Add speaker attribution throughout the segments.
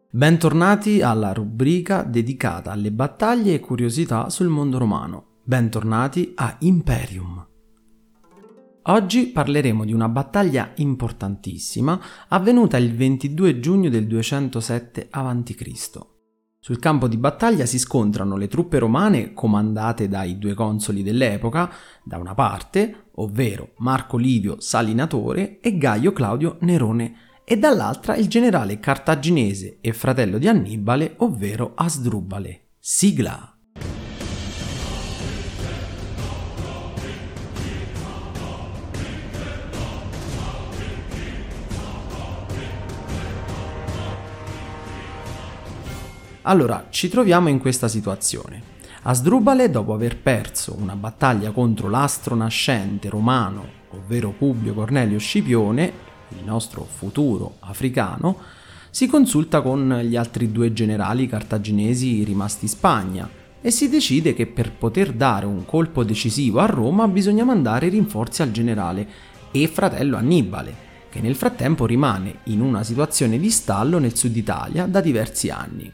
Speaker 1: Bentornati alla rubrica dedicata alle battaglie e curiosità sul mondo romano. Bentornati a Imperium. Oggi parleremo di una battaglia importantissima avvenuta il 22 giugno del 207 a.C. Sul campo di battaglia si scontrano le truppe romane comandate dai due consoli dell'epoca, da una parte, ovvero Marco Livio Salinatore e Gaio Claudio Nerone, e dall'altra il generale cartaginese e fratello di Annibale, ovvero Asdrubale. Sigla! Allora, ci troviamo in questa situazione. Asdrubale, dopo aver perso una battaglia contro l'astro nascente romano, ovvero Publio Cornelio Scipione, il nostro futuro africano, si consulta con gli altri due generali cartaginesi rimasti in Spagna e si decide che per poter dare un colpo decisivo a Roma bisogna mandare rinforzi al generale e fratello Annibale, che nel frattempo rimane in una situazione di stallo nel sud Italia da diversi anni.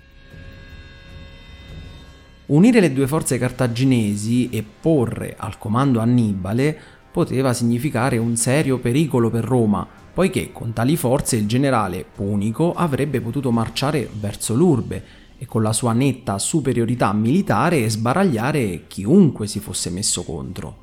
Speaker 1: Unire le due forze cartaginesi e porre al comando Annibale poteva significare un serio pericolo per Roma, poiché con tali forze il generale punico avrebbe potuto marciare verso l'urbe e con la sua netta superiorità militare sbaragliare chiunque si fosse messo contro.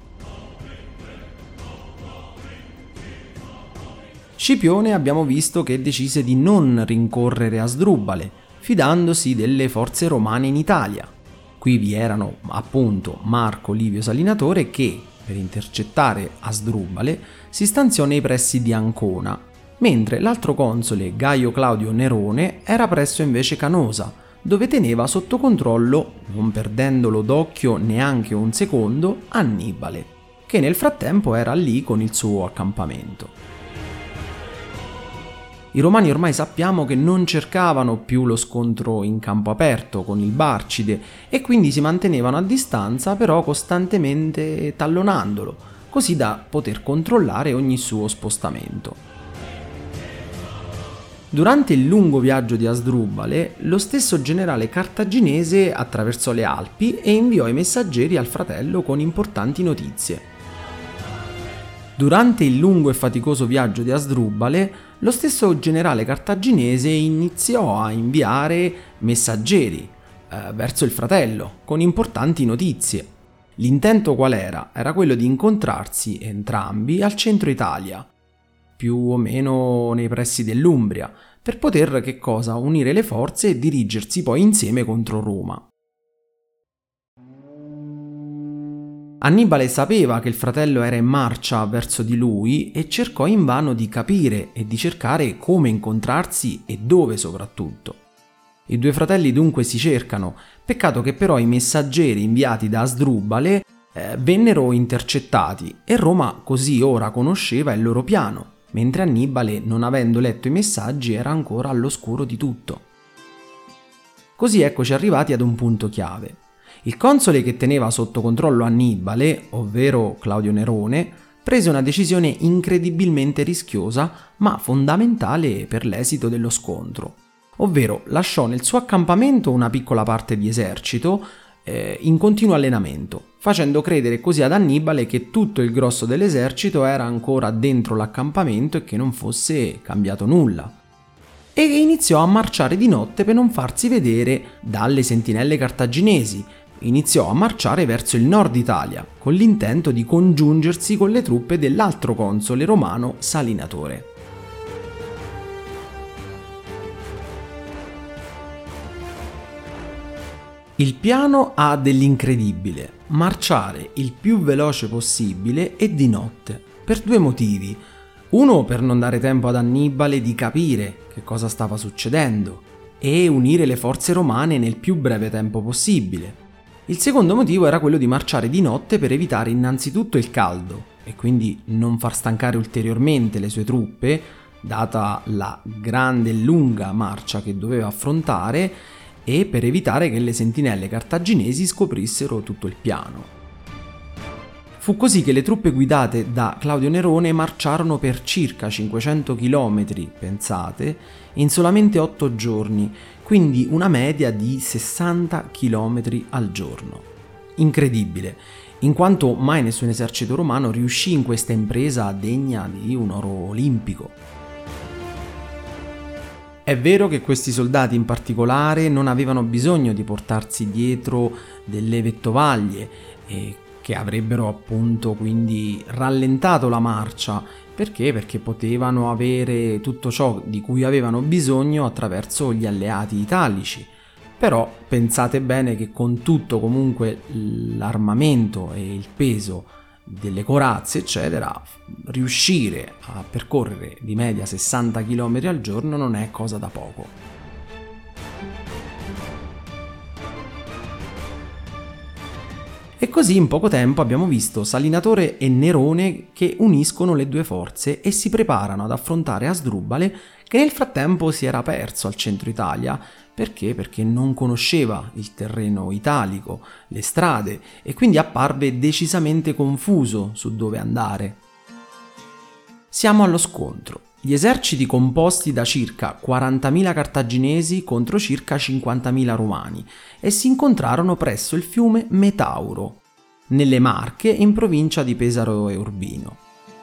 Speaker 1: Scipione abbiamo visto che decise di non rincorrere Asdrubale, fidandosi delle forze romane in Italia. Qui vi erano appunto Marco Livio Salinatore che, per intercettare Asdrubale, si stanziò nei pressi di Ancona, mentre l'altro console Gaio Claudio Nerone era presso invece Canosa, dove teneva sotto controllo, non perdendolo d'occhio neanche un secondo, Annibale, che nel frattempo era lì con il suo accampamento. I romani ormai sappiamo che non cercavano più lo scontro in campo aperto con il Barcide e quindi si mantenevano a distanza, però costantemente tallonandolo, così da poter controllare ogni suo spostamento. Durante il lungo viaggio di Asdrubale, lo stesso generale cartaginese attraversò le Alpi e inviò i messaggeri al fratello con importanti notizie. Durante il lungo e faticoso viaggio di Asdrubale, lo stesso generale cartaginese iniziò a inviare messaggeri verso il fratello con importanti notizie. L'intento qual era? Era quello di incontrarsi entrambi al centro Italia, più o meno nei pressi dell'Umbria, per poter unire le forze e dirigersi poi insieme contro Roma. Annibale sapeva che il fratello era in marcia verso di lui e cercò invano di capire e di cercare come incontrarsi e dove soprattutto. I due fratelli dunque si cercano, peccato che però i messaggeri inviati da Asdrubale vennero intercettati e Roma così ora conosceva il loro piano, mentre Annibale, non avendo letto i messaggi, era ancora all'oscuro di tutto. Così eccoci arrivati ad un punto chiave. Il console che teneva sotto controllo Annibale, ovvero Claudio Nerone, prese una decisione incredibilmente rischiosa ma fondamentale per l'esito dello scontro, ovvero lasciò nel suo accampamento una piccola parte di esercito in continuo allenamento, facendo credere così ad Annibale che tutto il grosso dell'esercito era ancora dentro l'accampamento e che non fosse cambiato nulla. E iniziò a marciare di notte per non farsi vedere dalle sentinelle cartaginesi. Iniziò a marciare verso il nord Italia, con l'intento di congiungersi con le truppe dell'altro console romano Salinatore. Il piano ha dell'incredibile: marciare il più veloce possibile e di notte, per due motivi. Uno, per non dare tempo ad Annibale di capire che cosa stava succedendo e unire le forze romane nel più breve tempo possibile. Il secondo motivo era quello di marciare di notte per evitare innanzitutto il caldo e quindi non far stancare ulteriormente le sue truppe, data la grande e lunga marcia che doveva affrontare, e per evitare che le sentinelle cartaginesi scoprissero tutto il piano. Fu così che le truppe guidate da Claudio Nerone marciarono per circa 500 km, pensate, in solamente 8 giorni, quindi una media di 60 km al giorno. Incredibile, in quanto mai nessun esercito romano riuscì in questa impresa degna di un oro olimpico. È vero che questi soldati in particolare non avevano bisogno di portarsi dietro delle vettovaglie e che avrebbero appunto quindi rallentato la marcia. Perché? Perché potevano avere tutto ciò di cui avevano bisogno attraverso gli alleati italici. Però pensate bene che con tutto comunque l'armamento e il peso delle corazze eccetera, riuscire a percorrere di media 60 km al giorno non è cosa da poco. E così in poco tempo abbiamo visto Salinatore e Nerone che uniscono le due forze e si preparano ad affrontare Asdrubale, che nel frattempo si era perso al centro Italia. Perché? Perché non conosceva il terreno italico, le strade, e quindi apparve decisamente confuso su dove andare. Siamo allo scontro. Gli eserciti composti da circa 40.000 cartaginesi contro circa 50.000 romani e si incontrarono presso il fiume Metauro, nelle Marche, in provincia di Pesaro e Urbino.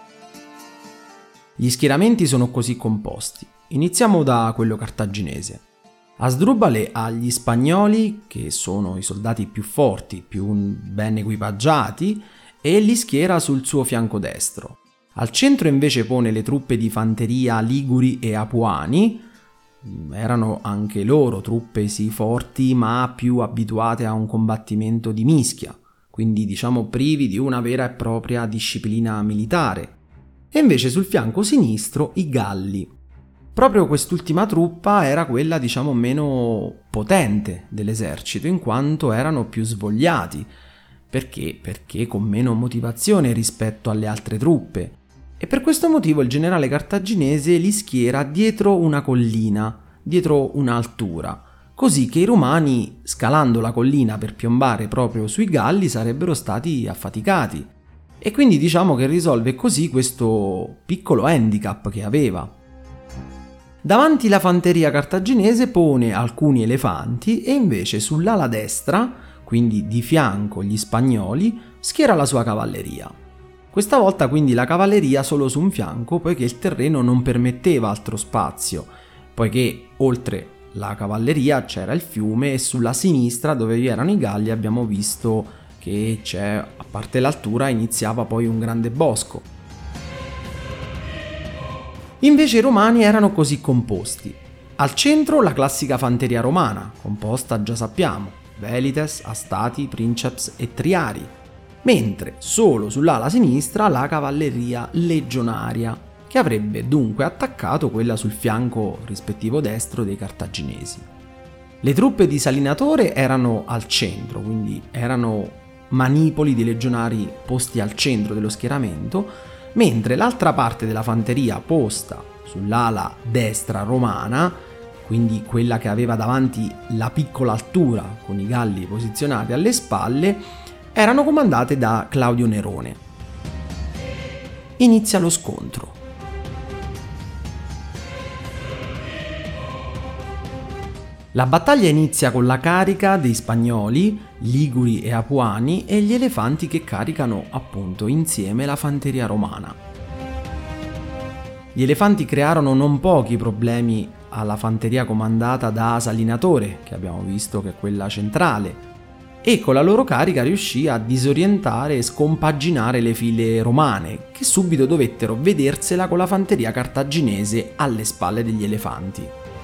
Speaker 1: Gli schieramenti sono così composti. Iniziamo da quello cartaginese. Asdrubale ha gli spagnoli, che sono i soldati più forti, più ben equipaggiati, e li schiera sul suo fianco destro. Al centro invece pone le truppe di fanteria liguri e apuani. Erano anche loro truppe sì forti, ma più abituate a un combattimento di mischia, quindi diciamo privi di una vera e propria disciplina militare. E invece sul fianco sinistro i Galli. Proprio quest'ultima truppa era quella, diciamo, meno potente dell'esercito, in quanto erano più svogliati. Perché? Perché con meno motivazione rispetto alle altre truppe. E per questo motivo il generale cartaginese li schiera dietro una collina, dietro un'altura, così che i romani, scalando la collina per piombare proprio sui Galli, sarebbero stati affaticati. E quindi diciamo che risolve così questo piccolo handicap che aveva. Davanti la fanteria cartaginese pone alcuni elefanti e invece sull'ala destra, quindi di fianco gli spagnoli, schiera la sua cavalleria. Questa volta quindi la cavalleria solo su un fianco, poiché il terreno non permetteva altro spazio, poiché oltre la cavalleria c'era il fiume e sulla sinistra dove vi erano i Galli abbiamo visto che a parte l'altura, iniziava poi un grande bosco. Invece i romani erano così composti. Al centro la classica fanteria romana, composta già sappiamo, velites, astati, princeps e triari, mentre solo sull'ala sinistra la cavalleria legionaria, che avrebbe dunque attaccato quella sul fianco rispettivo destro dei cartaginesi. Le truppe di Salinatore erano al centro, quindi erano manipoli di legionari posti al centro dello schieramento, mentre l'altra parte della fanteria posta sull'ala destra romana, quindi quella che aveva davanti la piccola altura con i Galli posizionati alle spalle, erano comandate da Claudio Nerone. Inizia lo scontro. La battaglia inizia con la carica dei spagnoli, liguri e apuani e gli elefanti che caricano appunto insieme la fanteria romana. Gli elefanti crearono non pochi problemi alla fanteria comandata da Salinatore, che abbiamo visto che è quella centrale, e con la loro carica riuscì a disorientare e scompaginare le file romane, che subito dovettero vedersela con la fanteria cartaginese alle spalle degli elefanti.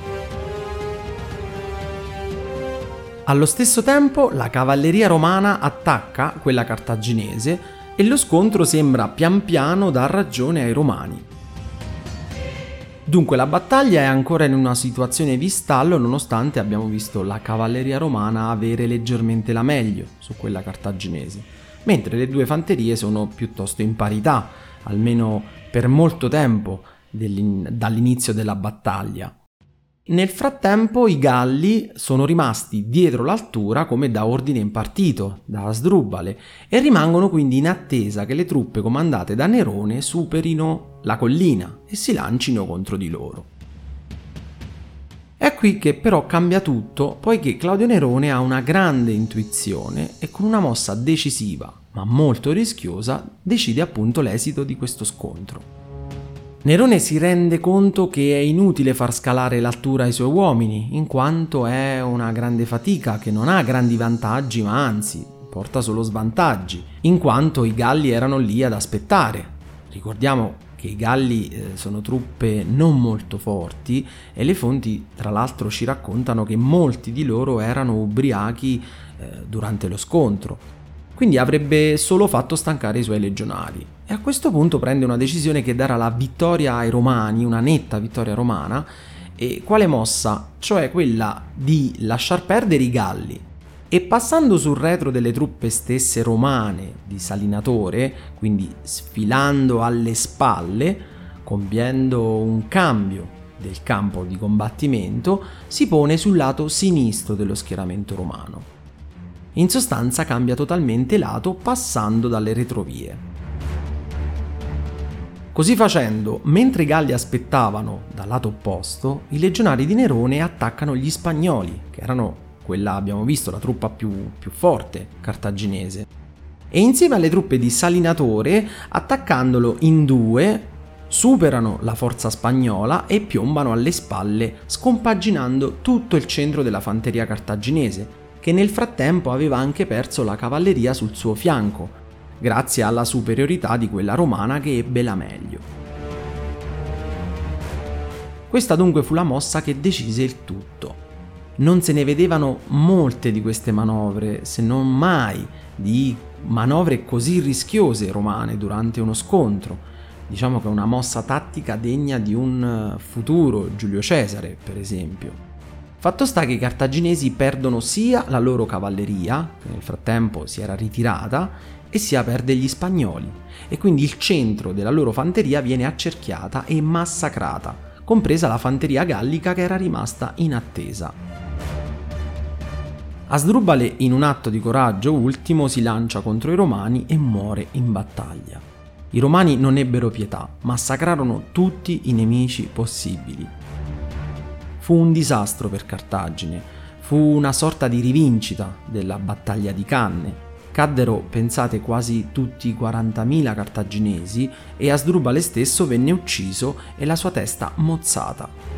Speaker 1: Allo stesso tempo la cavalleria romana attacca quella cartaginese e lo scontro sembra pian piano dar ragione ai romani. Dunque la battaglia è ancora in una situazione di stallo, nonostante abbiamo visto la cavalleria romana avere leggermente la meglio su quella cartaginese, mentre le due fanterie sono piuttosto in parità, almeno per molto tempo dall'inizio della battaglia. Nel frattempo i Galli sono rimasti dietro l'altura come da ordine impartito da Asdrubale e rimangono quindi in attesa che le truppe comandate da Nerone superino la collina e si lancino contro di loro. È È qui che però cambia tutto, poiché Claudio Nerone ha una grande intuizione e con una mossa decisiva, ma molto rischiosa, decide appunto l'esito di questo scontro. Nerone si rende conto che è inutile far scalare l'altura ai suoi uomini, in quanto è una grande fatica che non ha grandi vantaggi, ma anzi porta solo svantaggi, in quanto i Galli erano lì ad aspettare. Ricordiamo che i Galli sono truppe non molto forti e le fonti tra l'altro ci raccontano che molti di loro erano ubriachi durante lo scontro, quindi avrebbe solo fatto stancare i suoi legionari e a questo punto prende una decisione che darà la vittoria ai Romani, una netta vittoria romana. E quale mossa? Cioè quella di lasciar perdere i Galli e passando sul retro delle truppe stesse romane di Salinatore, quindi sfilando alle spalle, compiendo un cambio del campo di combattimento, si pone sul lato sinistro dello schieramento romano. In sostanza cambia totalmente lato passando dalle retrovie. Così facendo, mentre i Galli aspettavano dal lato opposto, i legionari di Nerone attaccano gli spagnoli, che erano quella abbiamo visto, la truppa più forte cartaginese, e insieme alle truppe di Salinatore, attaccandolo in due, superano la forza spagnola e piombano alle spalle, scompaginando tutto il centro della fanteria cartaginese, che nel frattempo aveva anche perso la cavalleria sul suo fianco, grazie alla superiorità di quella romana che ebbe la meglio. Questa dunque fu la mossa che decise il tutto. Non se ne vedevano molte di queste manovre, se non mai di manovre così rischiose romane durante uno scontro. Diciamo che è una mossa tattica degna di un futuro Giulio Cesare, per esempio. Fatto sta che i cartaginesi perdono sia la loro cavalleria, che nel frattempo si era ritirata, e sia perde gli spagnoli, e quindi il centro della loro fanteria viene accerchiata e massacrata, compresa la fanteria gallica che era rimasta in attesa. Asdrubale, in un atto di coraggio ultimo, si lancia contro i Romani e muore in battaglia. I Romani non ebbero pietà, massacrarono tutti i nemici possibili. Fu un disastro per Cartagine, fu una sorta di rivincita della battaglia di Canne. Caddero, pensate, quasi tutti i 40.000 cartaginesi e Asdrubale stesso venne ucciso e la sua testa mozzata.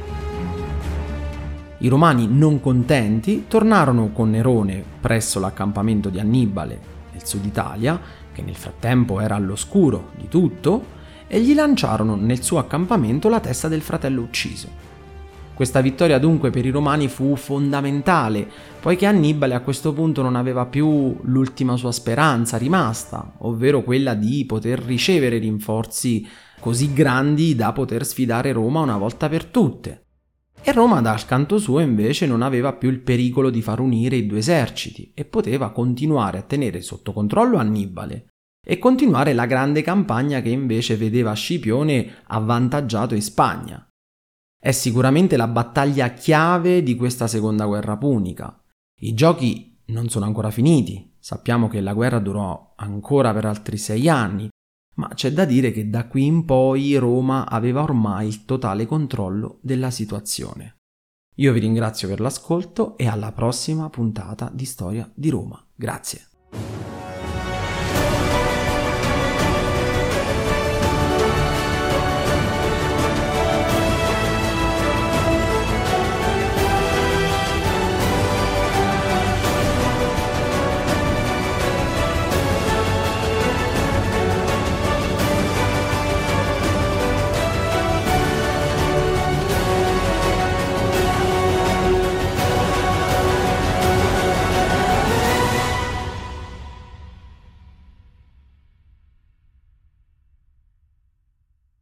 Speaker 1: I Romani, non contenti, tornarono con Nerone presso l'accampamento di Annibale nel sud Italia, che nel frattempo era all'oscuro di tutto, e gli lanciarono nel suo accampamento la testa del fratello ucciso. Questa vittoria dunque per i Romani fu fondamentale, poiché Annibale a questo punto non aveva più l'ultima sua speranza rimasta, ovvero quella di poter ricevere rinforzi così grandi da poter sfidare Roma una volta per tutte. E Roma dal canto suo invece non aveva più il pericolo di far unire i due eserciti e poteva continuare a tenere sotto controllo Annibale e continuare la grande campagna che invece vedeva Scipione avvantaggiato in Spagna. È sicuramente la battaglia chiave di questa seconda guerra punica. I giochi non sono ancora finiti, sappiamo che la guerra durò ancora per altri 6 anni, ma c'è da dire che da qui in poi Roma aveva ormai il totale controllo della situazione. Io vi ringrazio per l'ascolto e alla prossima puntata di Storia di Roma. Grazie.